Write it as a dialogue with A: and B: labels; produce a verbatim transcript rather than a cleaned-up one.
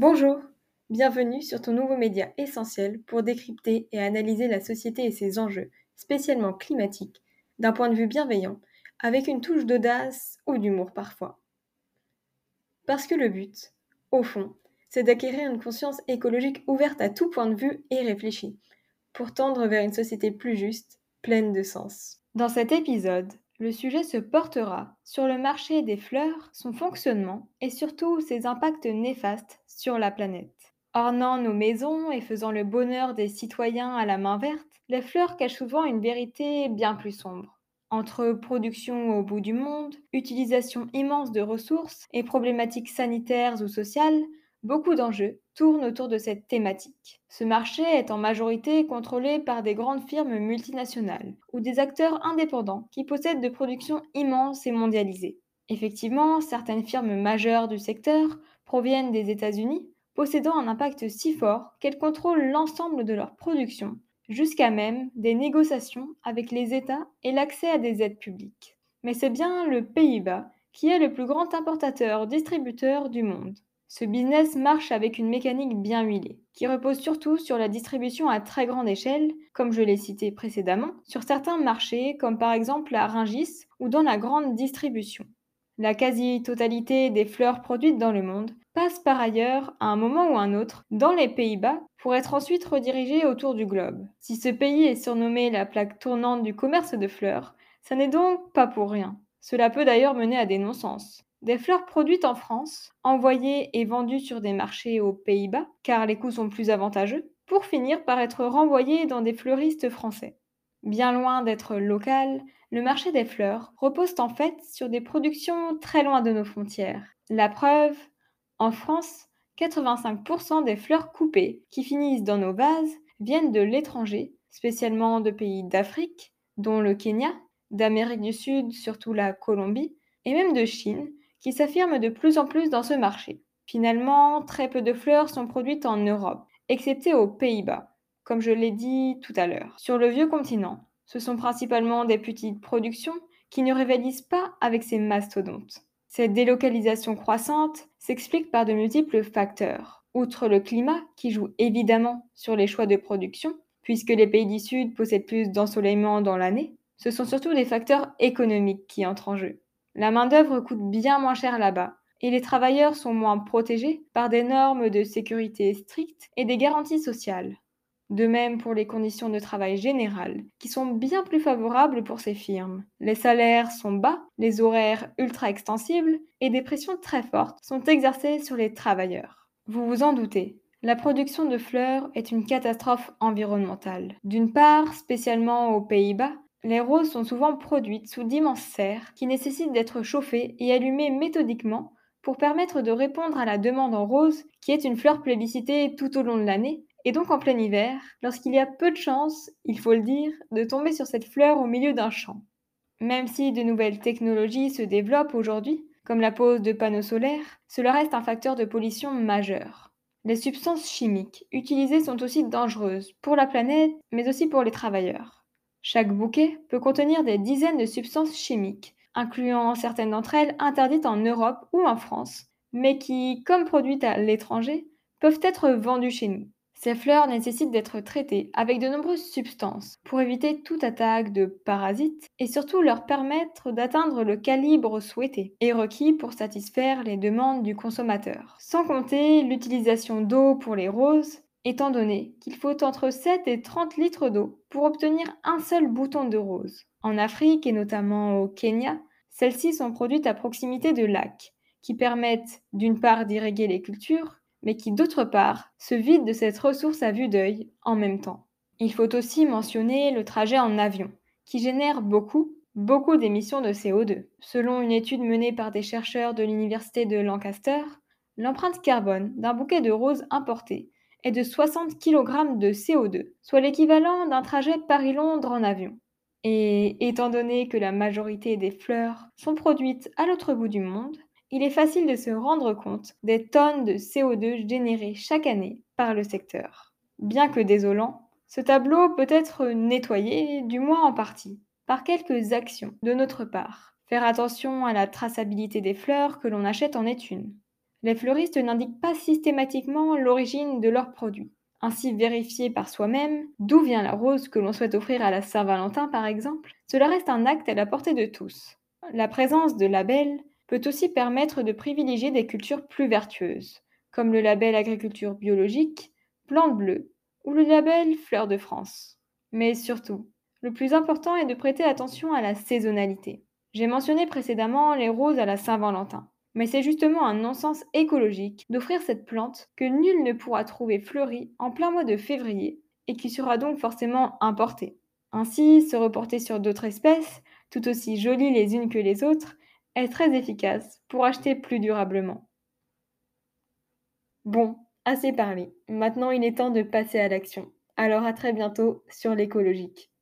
A: Bonjour, bienvenue sur ton nouveau média essentiel pour décrypter et analyser la société et ses enjeux, spécialement climatiques, d'un point de vue bienveillant, avec une touche d'audace ou d'humour parfois. Parce que le but, au fond, c'est d'acquérir une conscience écologique ouverte à tout point de vue et réfléchie, pour tendre vers une société plus juste, pleine de sens. Dans cet épisode, le sujet se portera sur le marché des fleurs, son fonctionnement et surtout ses impacts néfastes sur la planète. Ornant nos maisons et faisant le bonheur des citoyens à la main verte, les fleurs cachent souvent une vérité bien plus sombre. Entre production au bout du monde, utilisation immense de ressources et problématiques sanitaires ou sociales, beaucoup d'enjeux tournent autour de cette thématique. Ce marché est en majorité contrôlé par des grandes firmes multinationales ou des acteurs indépendants qui possèdent de productions immenses et mondialisées. Effectivement, certaines firmes majeures du secteur proviennent des États-Unis, possédant un impact si fort qu'elles contrôlent l'ensemble de leur production, jusqu'à même des négociations avec les États et l'accès à des aides publiques. Mais c'est bien le Pays-Bas qui est le plus grand importateur-distributeur du monde. Ce business marche avec une mécanique bien huilée, qui repose surtout sur la distribution à très grande échelle, comme je l'ai cité précédemment, sur certains marchés comme par exemple à Rungis ou dans la grande distribution. La quasi-totalité des fleurs produites dans le monde passe par ailleurs, à un moment ou un autre, dans les Pays-Bas pour être ensuite redirigée autour du globe. Si ce pays est surnommé la plaque tournante du commerce de fleurs, ça n'est donc pas pour rien. Cela peut d'ailleurs mener à des non-sens. Des fleurs produites en France, envoyées et vendues sur des marchés aux Pays-Bas, car les coûts sont plus avantageux, pour finir par être renvoyées dans des fleuristes français. Bien loin d'être local, le marché des fleurs repose en fait sur des productions très loin de nos frontières. La preuve, en France, quatre-vingt-cinq pour cent des fleurs coupées qui finissent dans nos vases viennent de l'étranger, spécialement de pays d'Afrique, dont le Kenya, d'Amérique du Sud, surtout la Colombie, et même de Chine, qui s'affirment de plus en plus dans ce marché. Finalement, très peu de fleurs sont produites en Europe, excepté aux Pays-Bas, comme je l'ai dit tout à l'heure. Sur le vieux continent, ce sont principalement des petites productions qui ne rivalisent pas avec ces mastodontes. Cette délocalisation croissante s'explique par de multiples facteurs. Outre le climat, qui joue évidemment sur les choix de production, puisque les pays du Sud possèdent plus d'ensoleillement dans l'année, ce sont surtout des facteurs économiques qui entrent en jeu. La main-d'œuvre coûte bien moins cher là-bas, et les travailleurs sont moins protégés par des normes de sécurité strictes et des garanties sociales. De même pour les conditions de travail générales, qui sont bien plus favorables pour ces firmes. Les salaires sont bas, les horaires ultra extensibles et des pressions très fortes sont exercées sur les travailleurs. Vous vous en doutez, la production de fleurs est une catastrophe environnementale. D'une part, spécialement aux Pays-Bas, les roses sont souvent produites sous d'immenses serres qui nécessitent d'être chauffées et allumées méthodiquement pour permettre de répondre à la demande en rose, qui est une fleur plébiscitée tout au long de l'année, et donc en plein hiver, lorsqu'il y a peu de chances, il faut le dire, de tomber sur cette fleur au milieu d'un champ. Même si de nouvelles technologies se développent aujourd'hui, comme la pose de panneaux solaires, cela reste un facteur de pollution majeur. Les substances chimiques utilisées sont aussi dangereuses pour la planète, mais aussi pour les travailleurs. Chaque bouquet peut contenir des dizaines de substances chimiques, incluant certaines d'entre elles interdites en Europe ou en France, mais qui, comme produites à l'étranger, peuvent être vendues chez nous. Ces fleurs nécessitent d'être traitées avec de nombreuses substances pour éviter toute attaque de parasites et surtout leur permettre d'atteindre le calibre souhaité et requis pour satisfaire les demandes du consommateur. Sans compter l'utilisation d'eau pour les roses, étant donné qu'il faut entre sept et trente litres d'eau pour obtenir un seul bouton de rose. En Afrique et notamment au Kenya, celles-ci sont produites à proximité de lacs qui permettent d'une part d'irriguer les cultures, mais qui d'autre part se vident de cette ressource à vue d'œil en même temps. Il faut aussi mentionner le trajet en avion, qui génère beaucoup, beaucoup d'émissions de C O deux. Selon une étude menée par des chercheurs de l'université de Lancaster, l'empreinte carbone d'un bouquet de roses importé est de soixante kilogrammes de C O deux, soit l'équivalent d'un trajet Paris-Londres en avion. Et étant donné que la majorité des fleurs sont produites à l'autre bout du monde, il est facile de se rendre compte des tonnes de C O deux générées chaque année par le secteur. Bien que désolant, ce tableau peut être nettoyé, du moins en partie, par quelques actions de notre part. Faire attention à la traçabilité des fleurs que l'on achète en est une. Les fleuristes n'indiquent pas systématiquement l'origine de leurs produits. Ainsi, vérifier par soi-même d'où vient la rose que l'on souhaite offrir à la Saint-Valentin, par exemple, cela reste un acte à la portée de tous. La présence de labels peut aussi permettre de privilégier des cultures plus vertueuses, comme le label agriculture biologique, plante bleue ou le label fleur de France. Mais surtout, le plus important est de prêter attention à la saisonnalité. J'ai mentionné précédemment les roses à la Saint-Valentin. Mais c'est justement un non-sens écologique d'offrir cette plante que nul ne pourra trouver fleurie en plein mois de février et qui sera donc forcément importée. Ainsi, se reporter sur d'autres espèces, tout aussi jolies les unes que les autres, est très efficace pour acheter plus durablement. Bon, assez parlé. Maintenant il est temps de passer à l'action. Alors à très bientôt sur l'écologique.